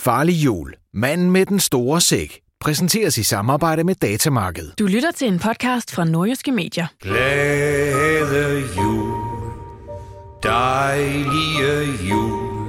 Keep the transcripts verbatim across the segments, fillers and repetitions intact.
Farlig jul. Manden med den store sæk. Præsenteres i samarbejde med Datamarked. Du lytter til en podcast fra Nordjyske Medier. Glade jul, dejlige jul.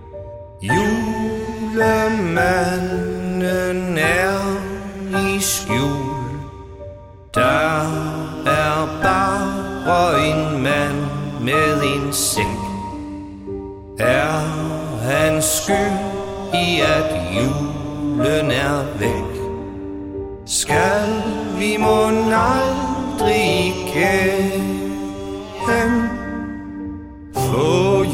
Julemanden er i skjul. Der er bare en mand med en sæk. Er han skyld i at julen er væk? Skal vi mon aldrig igen få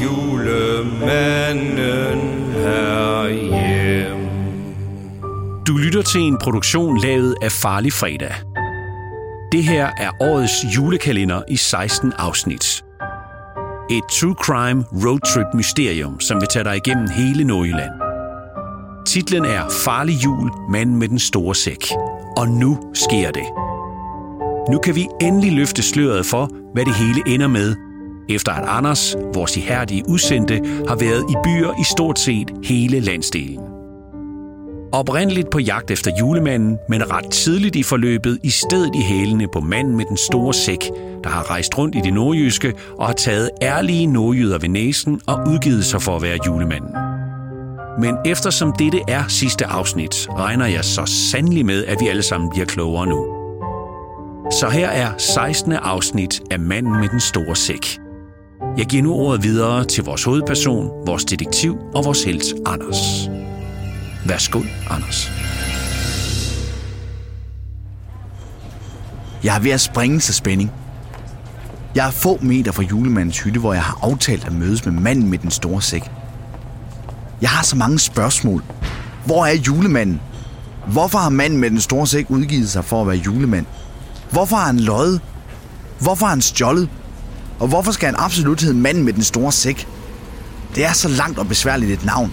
julemanden herhjem? Du lytter til en produktion lavet af Farlig Fredag. Det her er årets julekalender i seksten afsnit. Et true crime roadtrip mysterium, som vil tage dig igennem hele Nordjylland. Titlen er Farlig jul, manden med den store sæk. Og nu sker det. Nu kan vi endelig løfte sløret for, hvad det hele ender med, efter at Anders, vores ihærdige udsendte, har været i byer i stort set hele landsdelen. Oprindeligt på jagt efter julemanden, men ret tidligt i forløbet i stedet i hælene på manden med den store sæk, der har rejst rundt i det nordjyske og har taget ærlige nordjyder ved næsen og udgivet sig for at være julemanden. Men eftersom dette er sidste afsnit, regner jeg så sandelig med, at vi alle sammen bliver klogere nu. Så her er sekstende afsnit af Manden med den store sæk. Jeg giver nu ordet videre til vores hovedperson, vores detektiv og vores helt Anders. Værsgo, Anders. Jeg er ved at springe til spænding. Jeg er få meter fra julemandens hytte, hvor jeg har aftalt at mødes med manden med den store sæk. Jeg har så mange spørgsmål. Hvor er julemanden? Hvorfor har manden med den store sæk udgivet sig for at være julemand? Hvorfor har han løjet? Hvorfor har han stjålet? Og hvorfor skal han absolut hedde manden med den store sæk? Det er så langt og besværligt et navn.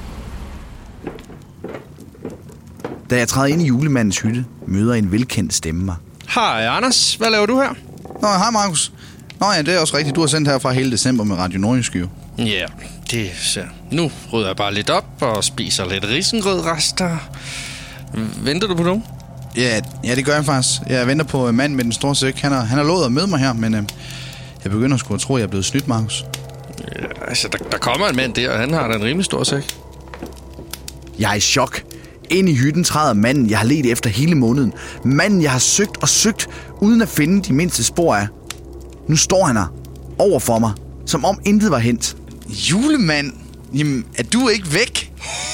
Da jeg træder ind i julemandens hytte, møder en velkendt stemme mig. Hej Anders, hvad laver du her? Nå, hej Markus. Nå ja, det er også rigtigt. Du har sendt herfra hele december med Radio Nordjyske. Ja, yeah, det så. Nu rydder jeg bare lidt op og spiser lidt risengrødrester. Venter du på nogen? Ja, ja, det gør jeg faktisk. Jeg venter på manden med den store sæk. Han har, han har lovet at møde mig her, men øh, jeg begynder sgu at tro, at jeg er blevet snydt, Markus. Ja, altså, der, der kommer en mand der, og han har da en rimelig stor sæk. Jeg er i chok. Ind i hytten træder manden, jeg har ledt efter hele måneden. Manden, jeg har søgt og søgt, uden at finde de mindste spor af. Nu står han her, over for mig, som om intet var hent. Julemand? Jamen, er du ikke væk?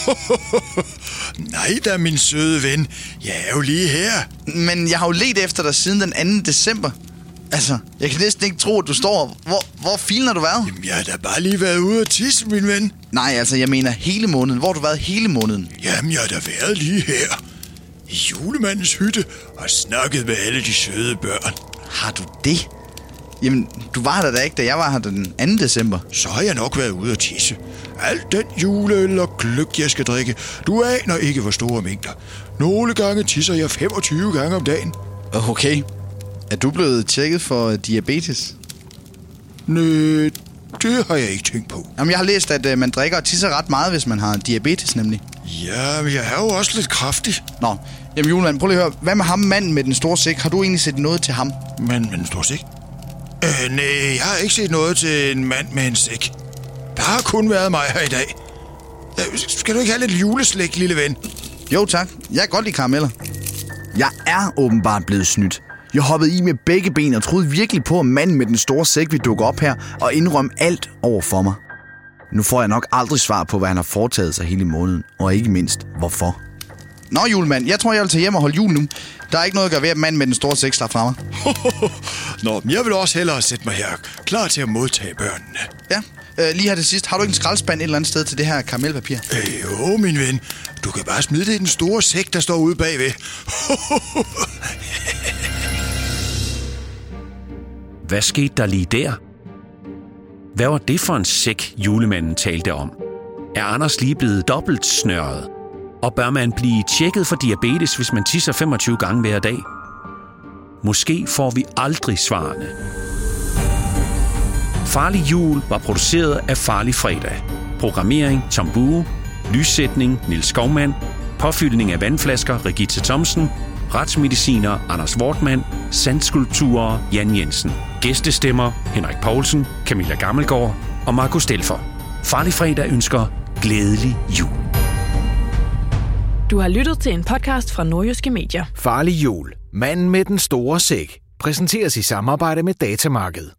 Nej da, min søde ven. Jeg er jo lige her. Men jeg har jo ledt efter dig siden den anden december. Altså, jeg kan næsten ikke tro, at du står. Hvor, hvor filen har du været? Jamen, jeg har da bare lige været ude at tisse, min ven. Nej, altså, jeg mener hele måneden. Hvor har du været hele måneden? Jamen, jeg har da været lige her. I julemandens hytte og snakket med alle de søde børn. Har du det? Jamen, du var der da ikke, da jeg var her den anden december. Så har jeg nok været ude at tisse. Alt den juleøl og gløgg, jeg skal drikke. Du aner ikke, hvor store mængder. Nogle gange tisser jeg femogtyve gange om dagen. Okay. Er du blevet tjekket for diabetes? Næh, det har jeg ikke tænkt på. Jamen, jeg har læst, at man drikker og tisser ret meget, hvis man har diabetes, nemlig. Ja, men jeg er jo også lidt kraftig. Nå, jamen julemand, prøv lige at høre. Hvad med ham, manden med den store sæk? Har du egentlig set noget til ham? Manden med den store sæk? Øh, nej, jeg har ikke set noget til en mand med en sæk. Der har kun været mig her i dag. Skal du ikke have lidt juleslæg, lille ven? Jo, tak. Jeg kan godt lide karameller. Jeg er åbenbart blevet snydt. Jeg hoppede i med begge ben og troede virkelig på, at manden med den store sæk ville dukke op her og indrømme alt over for mig. Nu får jeg nok aldrig svar på, hvad han har foretaget sig hele måneden, og ikke mindst, hvorfor. Nå, julemand, jeg tror, jeg vil tage hjem og holde jul nu. Der er ikke noget at gøre ved, at manden med den store sæk slår fra mig. Nå, men jeg vil også hellere sætte mig her, klar til at modtage børnene. Ja, øh, lige her til sidst. Har du ikke en skraldespand et eller andet sted til det her karamelpapir? Øh, jo, min ven. Du kan bare smide det i den store sæk, der står ude bagved. Hvad skete der lige der? Hvad var det for en sæk, julemanden talte om? Er Anders lige blevet dobbelt snørret? Og bør man blive tjekket for diabetes, hvis man tisser femogtyve gange hver dag? Måske får vi aldrig svarene. Farlig jul var produceret af Farlig Fredag. Programmering Tom Bue. Lyssætning Niels Skovmand. Påfyldning af vandflasker Regitze Thomsen. Retsmediciner Anders Wortmann. Sandskulpturer Jan Jensen. Gæstestemmer Henrik Poulsen, Camilla Gammelgaard og Markus Stelfer. Farlig Fredag ønsker glædelig jul. Du har lyttet til en podcast fra Nordjyske Medier. Farlig jul. Manden med den store sæk præsenteres i samarbejde med Datamarked.